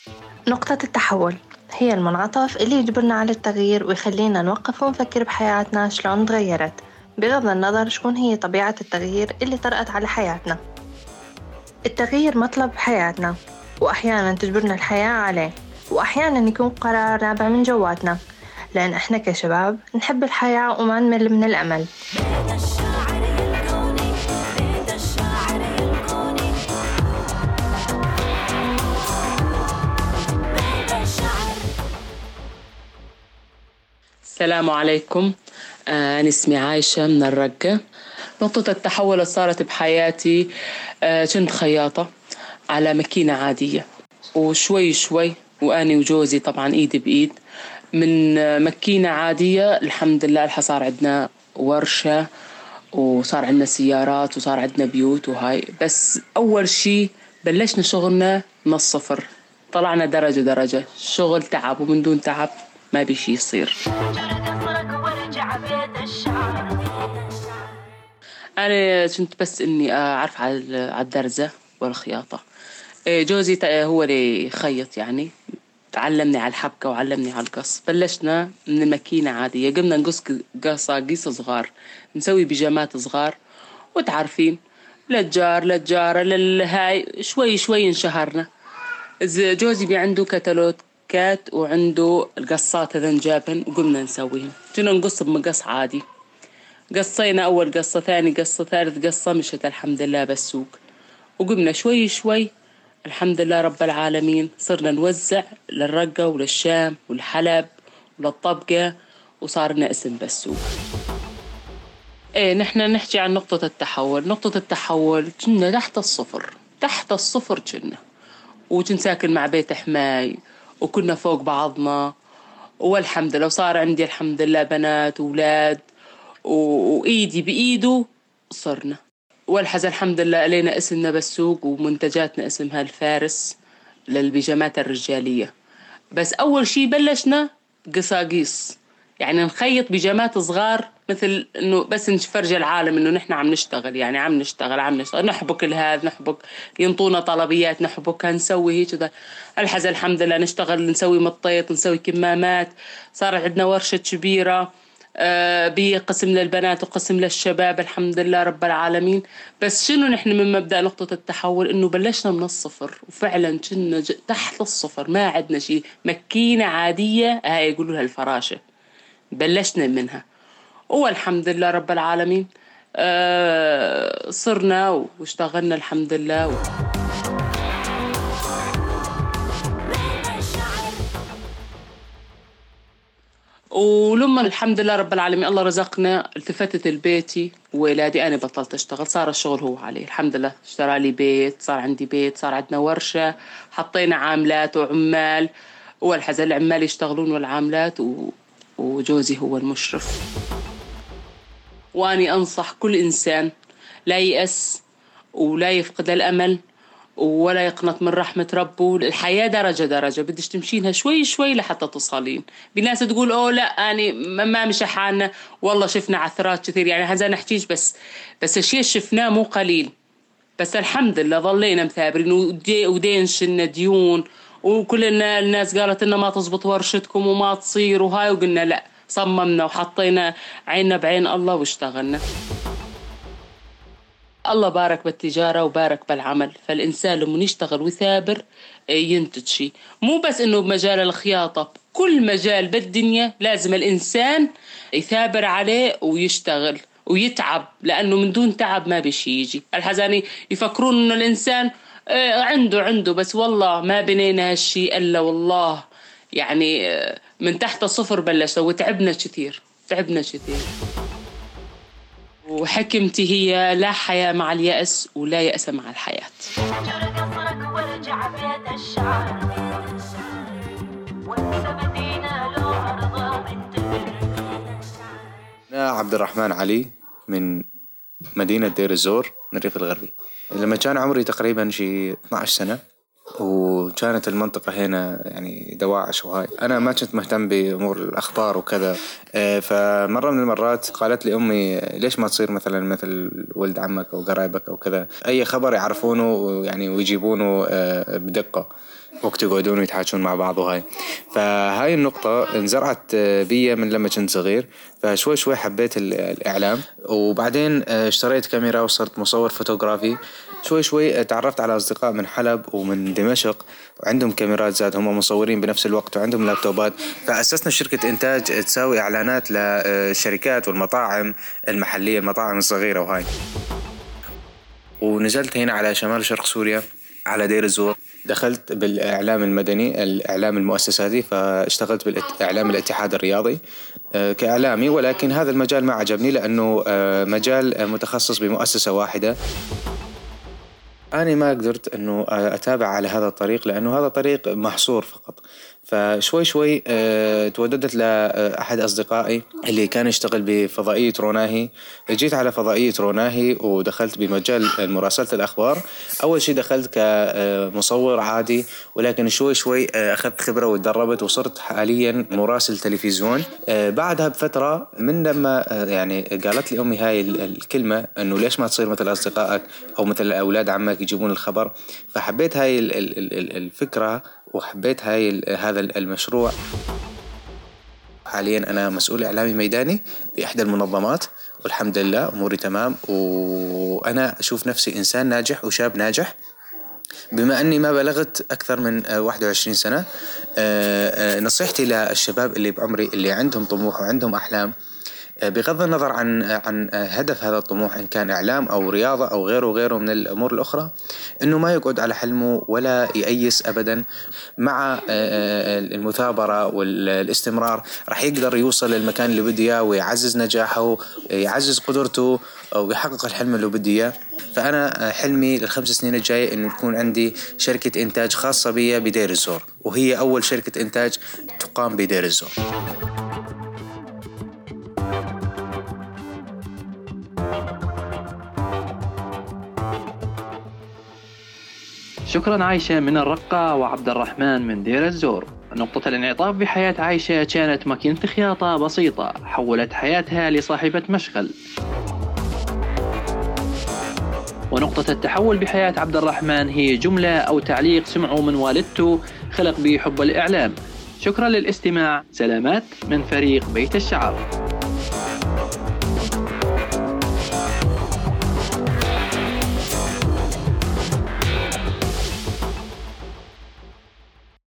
نقطة التحول هي المنعطف اللي يجبرنا على التغيير ويخلينا نوقف ونفكر بحياتنا شلون تغيرت، بغض النظر شكون هي طبيعة التغيير اللي طرأت على حياتنا. التغيير مطلب بحياتنا، وأحيانا تجبرنا الحياة عليه، وأحيانا يكون قرار نابع من جواتنا، لأن إحنا كشباب نحب الحياة وما نمل من الأمل. السلام عليكم. أنا اسمي عايشة من الرقة. نقطة التحول اللي صارت بحياتي، كنت خياطة على ماكينة عادية، وشوي شوي وأنا وجوزي طبعا إيد بإيد من ماكينة عادية الحمد لله الحين صار عندنا ورشة، وصار عندنا سيارات، وصار عندنا بيوت وهاي. بس أول شي بلشنا شغلنا من الصفر، طلعنا درجة درجة، شغل تعب، ومن دون تعب ما بيشي يصير. أنا كنت بس إني أعرف على الدرزة والخياطة. جوزي هو اللي يخيط، يعني تعلمني على الحبكة وعلمني على القص. بلشنا من الماكينة عادية، قمنا نقص قصة صغار، نسوي بيجامات صغار، وتعرفين للجار للجارة للهاي، شوي شوي انشهرنا. جوزي بي عنده كتالوجات وعنده القصات هذا نجابن، وقمنا نسويهم. كنا نقص بمقص عادي، قصينا أول قصة، ثاني قصة، ثالث قصة، مشت الحمد لله بالسوق. وقمنا شوي شوي الحمد لله رب العالمين صرنا نوزع للرقة وللشام والحلب وللطبقة، وصار لنا اسم بالسوق. ايه، نحن نحكي عن نقطة التحول. نقطة التحول كنا تحت الصفر، تحت الصفر كنا، وكنت ساكن مع بيت حماي، وكنا فوق بعضنا، والحمد لله. وصار عندي الحمد لله بنات وولاد، وإيدي بإيده صرنا. والحز الحمد لله لينا اسمنا بالسوق، ومنتجاتنا اسمها الفارس للبيجامات الرجالية. بس أول شي بلشنا قصاقيص، يعني نخيط بيجامات صغار، مثل إنه بس نفرج العالم إنه نحن عم نشتغل، يعني عم نشتغل نحبك الهذا، نحبك ينطونا طلبيات، نحبك نسوي هيك كذا. الحز الحمد لله نشتغل، نسوي مطيط، نسوي كمامات. صار عندنا ورشة كبيرة، بقسم للبنات وقسم للشباب الحمد لله رب العالمين. بس شنو نحن من مبدأ نقطة التحول إنه بلشنا من الصفر، وفعلا كنا تحت الصفر، ما عندنا شيء، مكينة عادية هاي يقولوا لها الفراشة، بلشنا منها. والحمد لله رب العالمين صرنا واشتغلنا الحمد لله. ولما الحمد لله رب العالمين الله رزقنا، التفتت البيتي وولادي، أنا بطلت أشتغل، صار الشغل هو علي الحمد لله. اشترى لي بيت، صار عندي بيت، صار عندنا ورشة، حطينا عاملات وعمال، والحزن العمال يشتغلون والعاملات، وجوزي هو المشرف. وأني أنصح كل إنسان لا ييأس ولا يفقد الأمل ولا يقنط من رحمة ربه. الحياة درجة درجة، بدش تمشينها شوي شوي لحتى تصلين. بناس تقول أوه لا أنا ما مشى حالنا، والله شفنا عثرات كثير، يعني هذا نحكيش، بس الشيء شفناه مو قليل. بس الحمد لله ظلينا مثابرين، ودين شلنا ديون، وكل الناس قالت إنه ما تزبط ورشتكم وما تصير وهاي، وقلنا لا، صممنا وحطينا عيننا بعين الله واشتغلنا. الله بارك بالتجارة وبارك بالعمل، فالإنسان لما يشتغل ويثابر ينتج شيء. مو بس إنه بمجال الخياطة، بكل مجال بالدنيا لازم الإنسان يثابر عليه ويشتغل ويتعب، لأنه من دون تعب ما بيشي يجي. الحزاني يفكرون إنه الإنسان عنده بس والله ما بنينا هالشي إلا والله، يعني من تحت الصفر بلشنا، وتعبنا كثير، تعبنا كثير. وحكمتي هي لا حياة مع اليأس ولا يأس مع الحياة. أنا عبد الرحمن علي من مدينة دير الزور من الريف الغربي. لما كان عمري تقريبا شي 12 سنة، وكانت المنطقة هنا يعني دواعش وهاي، أنا ما كنت مهتم بأمور الأخبار وكذا. فمرة من المرات قالت لي أمي ليش ما تصير مثل ولد عمك أو قرايبك أو كذا، أي خبر يعرفونه يعني ويجيبونه بدقة. وقت يقعدون ويتحاجون مع بعض وهاي. فهاي النقطة انزرعت بي من لما كنت صغير، فشوي شوي حبيت الإعلام. وبعدين اشتريت كاميرا وصرت مصور فوتوغرافي. شوي شوي تعرفت على أصدقاء من حلب ومن دمشق وعندهم كاميرات زاد، هم مصورين بنفس الوقت وعندهم لابتوبات. فأسسنا شركة إنتاج تساوي إعلانات للشركات والمطاعم المحلية، المطاعم الصغيرة وهاي. ونزلت هنا على شمال شرق سوريا على دير الزور، دخلت بالإعلام المدني، الإعلام المؤسساتي، فاشتغلت بالإعلام الاتحاد الرياضي كإعلامي. ولكن هذا المجال ما عجبني لأنه مجال متخصص بمؤسسة واحدة. أنا ما قدرت أنه أتابع على هذا الطريق لأنه هذا طريق محصور فقط. فشوي شوي توددت لأحد أصدقائي اللي كان يشتغل بفضائية روناهي. جيت على فضائية روناهي ودخلت بمجال مراسلة الأخبار. أول شيء دخلت كمصور عادي، ولكن شوي شوي أخذت خبرة وتدربت وصرت حاليا مراسل تلفزيون. بعدها بفترة من لما يعني قالت لي أمي هاي الكلمة أنه ليش ما تصير مثل أصدقائك أو مثل أولاد عمك يجيبون الخبر، فحبيت هاي الفكرة وحبيت هذا المشروع. حاليا أنا مسؤول إعلامي ميداني بإحدى المنظمات، والحمد لله أموري تمام. وأنا أشوف نفسي إنسان ناجح وشاب ناجح بما أني ما بلغت أكثر من 21 سنة. نصيحتي للشباب اللي بعمري اللي عندهم طموح وعندهم أحلام، بغض النظر عن هدف هذا الطموح إن كان إعلام أو رياضة أو غيره من الأمور الأخرى، إنه ما يقعد على حلمه ولا يأيس أبدا. مع المثابرة والاستمرار راح يقدر يوصل للمكان اللي بده إياه ويعزز نجاحه، يعزز قدرته ويحقق الحلم اللي بده إياه. فأنا حلمي لل5 سنين الجاية إنه تكون عندي شركة إنتاج خاصة بي بدير الزور، وهي أول شركة إنتاج تقام بدير الزور. شكرا عايشة من الرقة وعبد الرحمن من دير الزور. نقطة الانعطاف بحياة عايشة كانت ماكينة خياطة بسيطة حولت حياتها لصاحبة مشغل، ونقطة التحول بحياة عبد الرحمن هي جملة أو تعليق سمعه من والدته خلق به حب الإعلام. شكرا للاستماع، سلامات من فريق بيت الشعر.